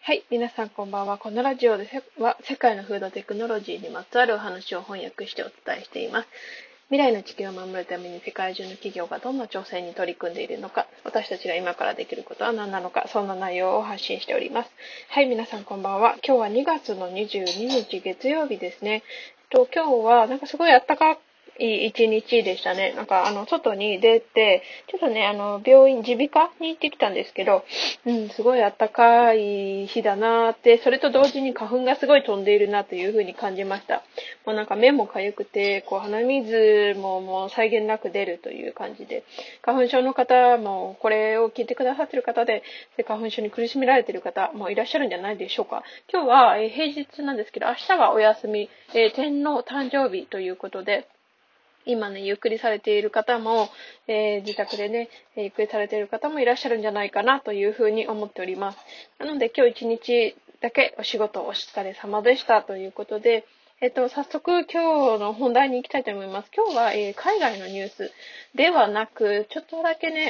はい、皆さんこんばんは。このラジオでは世界のフードテクノロジーにまつわるお話を翻訳してお伝えしています。未来の地球を守るために世界中の企業がどんな挑戦に取り組んでいるのか、私たちが今からできることは何なのか、そんな内容を発信しております。はい、皆さんこんばんは。今日は2月の22日月曜日ですね。今日はすごい暖かい一日でしたね。外に出て、ちょっとね、病院、耳鼻科に行ってきたんですけど、すごい暖かい日だなーって、それと同時に花粉がすごい飛んでいるなという風に感じました。もう目も痒くて、鼻水ももう際限なく出るという感じで、花粉症の方も、これを聞いてくださっている方で、花粉症に苦しめられている方もいらっしゃるんじゃないでしょうか。今日は平日なんですけど、明日はお休み、天皇誕生日ということで、今ね、ゆっくりされている方も、自宅でね、ゆっくりされている方もいらっしゃるんじゃないかなというふうに思っております。なので今日一日だけお仕事お疲れ様でしたということで、早速今日の本題に行きたいと思います。今日は、海外のニュースではなく、ちょっとだけね、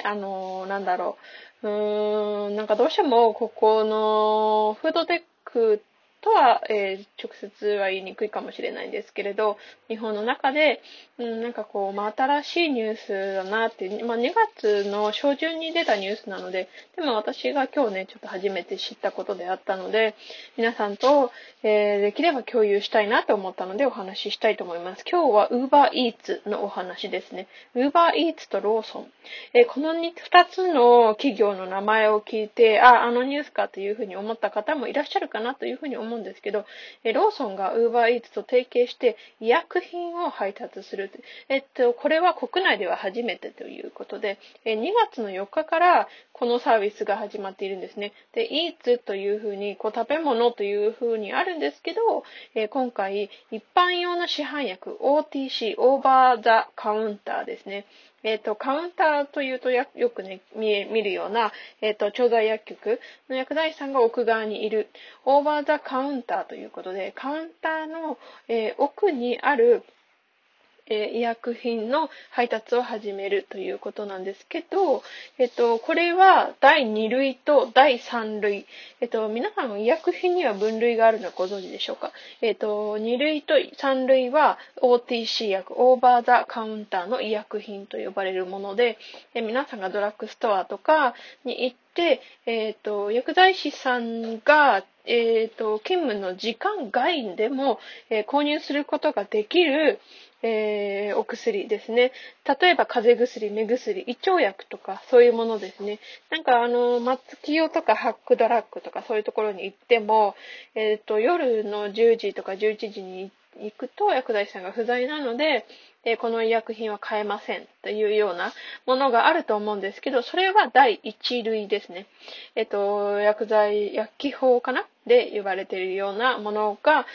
どうしてもここのフードテックとは、直接は言いにくいかもしれないんですけれど、日本の中で、新しいニュースだなって、2月の初旬に出たニュースなので、でも私が今日ね、ちょっと初めて知ったことであったので、皆さんと、できれば共有したいなと思ったのでお話ししたいと思います。今日は Uber Eats のお話ですね。Uber Eats とローソン。この2つの企業の名前を聞いて、あのニュースかというふうに思った方もいらっしゃるかなというふうに思うんですけど、ローソンが Uber Eats と提携して医薬品を配達する。これは国内では初めてということで、2月の4日からこのサービスが始まっているんですね。で、Eats というふうに、食べ物というふうにあるんですけど、今回、一般用の市販薬、OTC、オーバーザカウンターですね。カウンターというとよくね、見るような、調剤薬局の薬剤師さんが奥側にいる、オーバーザカウンターということで、カウンターの、奥にある、医薬品の配達を始めるということなんですけど、これは第2類と第3類。皆さん医薬品には分類があるのをご存知でしょうか。2類と3類は OTC 薬、オーバーザカウンターの医薬品と呼ばれるもので、皆さんがドラッグストアとかに行って、薬剤師さんが勤務の時間外でも、購入することができる、お薬ですね。例えば風邪薬、目薬、胃腸薬とかそういうものですね。松清とかハックドラッグとかそういうところに行っても、夜の10時とか11時に行くと薬剤師さんが不在なので、この医薬品は買えませんというようなものがあると思うんですけど、それは第1類ですね。薬機法かなで呼ばれているようなものが、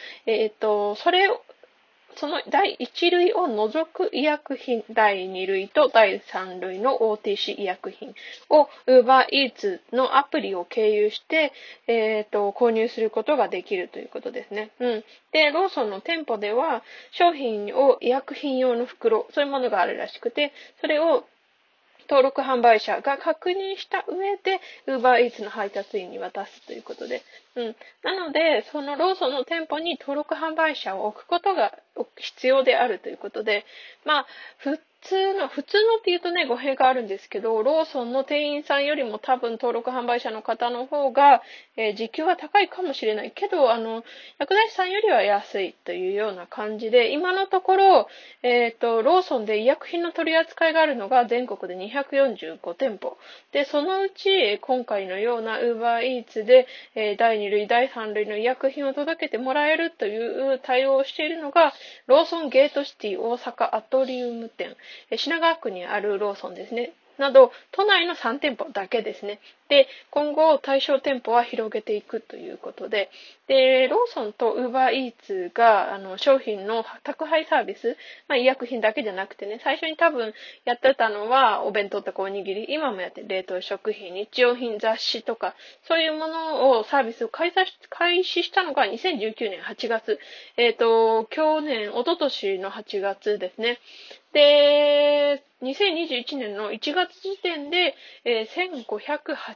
その第1類を除く医薬品、第2類と第3類の OTC 医薬品を UberEats のアプリを経由して、購入することができるということですね。で、ローソンの店舗では商品を医薬品用の袋、そういうものがあるらしくて、それを登録販売者が確認した上で UberEats の配達員に渡すということで、なので、そのローソンの店舗に登録販売者を置くことが必要であるということで、普通のって言うとね、語弊があるんですけど、ローソンの店員さんよりも多分登録販売者の方の方が、時給は高いかもしれないけど、薬剤師さんよりは安いというような感じで、今のところ、ローソンで医薬品の取り扱いがあるのが全国で245店舗。で、そのうち、今回のような UberEats で、第2類、第3類の医薬品を届けてもらえるという対応をしているのが、ローソンゲートシティ大阪アトリウム店、品川区にあるローソンですね。など、都内の3店舗だけですね。で、今後対象店舗は広げていくということで、ローソンとウーバーイーツが、商品の宅配サービス、医薬品だけじゃなくてね、最初に多分やってたのはお弁当とかおにぎり、今もやってる冷凍食品、日用品、雑誌とか、そういうものをサービスを開始したのが2019年8月。去年、一昨年の8月ですね。で、2021年の1月時点で、1580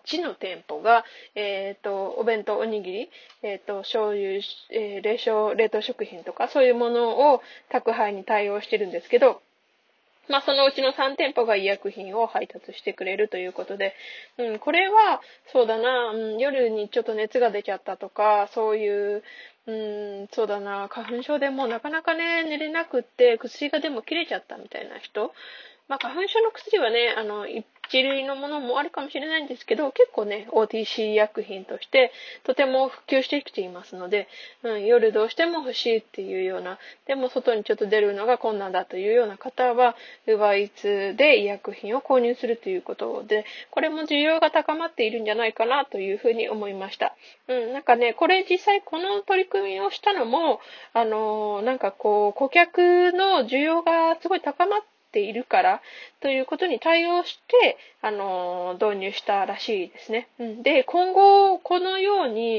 8の店舗が、お弁当、おにぎり、醤油、冷凍食品とか、そういうものを宅配に対応してるんですけど、そのうちの3店舗が医薬品を配達してくれるということで、これは、そうだな、夜にちょっと熱が出ちゃったとか、そういう、そうだな、花粉症でもうなかなかね、寝れなくって、薬がでも切れちゃったみたいな人、花粉症の薬はね、一類のものもあるかもしれないんですけど、結構ね、OTC 医薬品として、とても普及してきていますので、夜どうしても欲しいっていうような、でも外にちょっと出るのが困難だというような方は、UberEats で医薬品を購入するということで、これも需要が高まっているんじゃないかなというふうに思いました。なんかね、これ実際この取り組みをしたのも、なんかこう、顧客の需要がすごい高まっているからということに対応して、導入したらしいですね。で、今後、このように、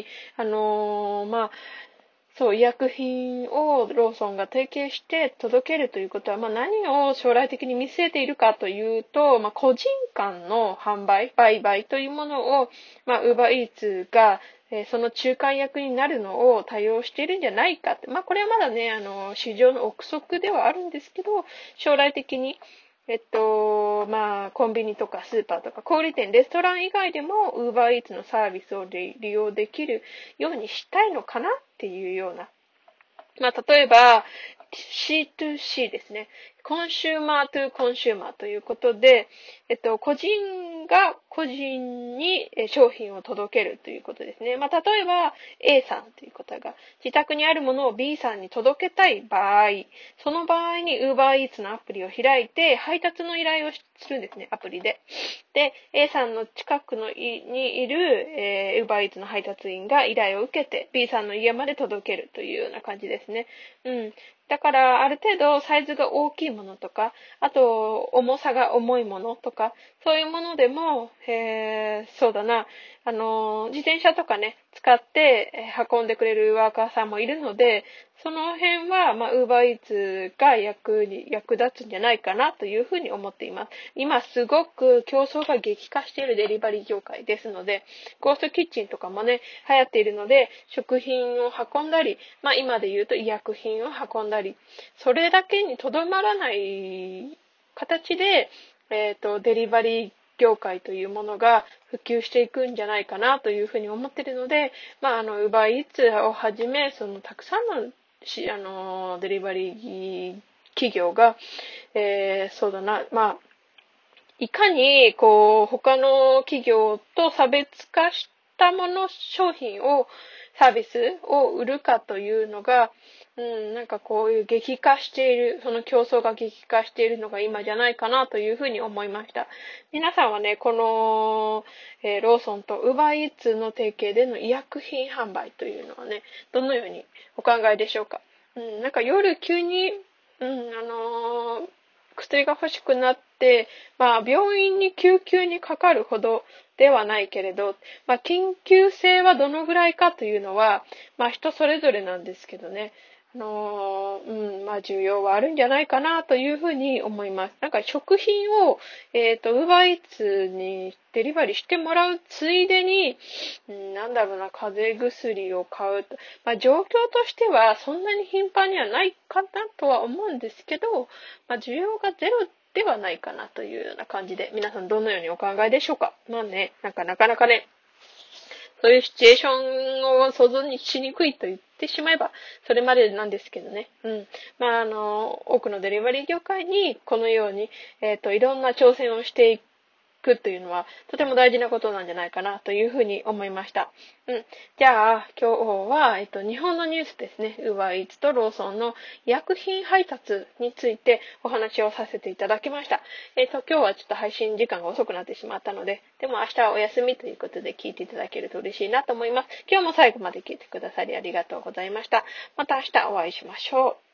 そう、医薬品をローソンが提携して届けるということは、何を将来的に見据えているかというと、個人間の売買というものを、ウーバーイーツが、その仲介役になるのを対応しているんじゃないかって。これはまだね、市場の憶測ではあるんですけど、将来的に、コンビニとかスーパーとか小売店、レストラン以外でも UberEats のサービスを利用できるようにしたいのかなっていうような。例えば、C2C ですね。コンシューマートゥコンシューマーということで、個人が個人に商品を届けるということですね。例えば A さんという方が自宅にあるものを B さんに届けたい場合、その場合に UberEats のアプリを開いて配達の依頼をするんですね、アプリで。で、A さんの近くにいる、UberEats の配達員が依頼を受けて B さんの家まで届けるというような感じですね。だから、ある程度サイズが大きいものとか、あと、重さが重いものとか、そういうものでも、そうだな、自転車とかね、使って運んでくれるワーカーさんもいるので、その辺は、ウーバーイーツが役立つんじゃないかなというふうに思っています。今すごく競争が激化しているデリバリー業界ですので、ゴーストキッチンとかもね、流行っているので、食品を運んだり、今で言うと医薬品を運んだり、それだけにとどまらない形で、デリバリー業界というものが普及していくんじゃないかなというふうに思っているので、ウーバーイーツをはじめ、たくさんのデリバリー企業が、そうだな、いかに、他の企業と差別化した商品サービスを売るかというのが、なんかこういう激化している、その競争が激化しているのが今じゃないかなというふうに思いました。皆さんはね、この、ローソンとウーバーイーツの提携での医薬品販売というのはね、どのようにお考えでしょうか。なんか夜急に、薬が欲しくなって、病院に救急にかかるほどではないけれど、緊急性はどのぐらいかというのは、人それぞれなんですけどね。需要はあるんじゃないかなというふうに思います。なんか食品を、ウーバーイーツにデリバリーしてもらうついでに、風邪薬を買うと。状況としてはそんなに頻繁にはないかなとは思うんですけど、需要がゼロではないかなというような感じで、皆さんどのようにお考えでしょうか。なかなかね、そういうシチュエーションを想像しにくいと言ってしまえば、それまでなんですけどね。多くのデリバリー業界に、このように、いろんな挑戦をしていくというのは、とても大事なことなんじゃないかな、というふうに思いました。じゃあ、今日は、日本のニュースですね。UberEats とローソンの医薬品配達についてお話をさせていただきました。今日はちょっと配信時間が遅くなってしまったので、でも明日はお休みということで聞いていただけると嬉しいなと思います。今日も最後まで聞いてくださりありがとうございました。また明日お会いしましょう。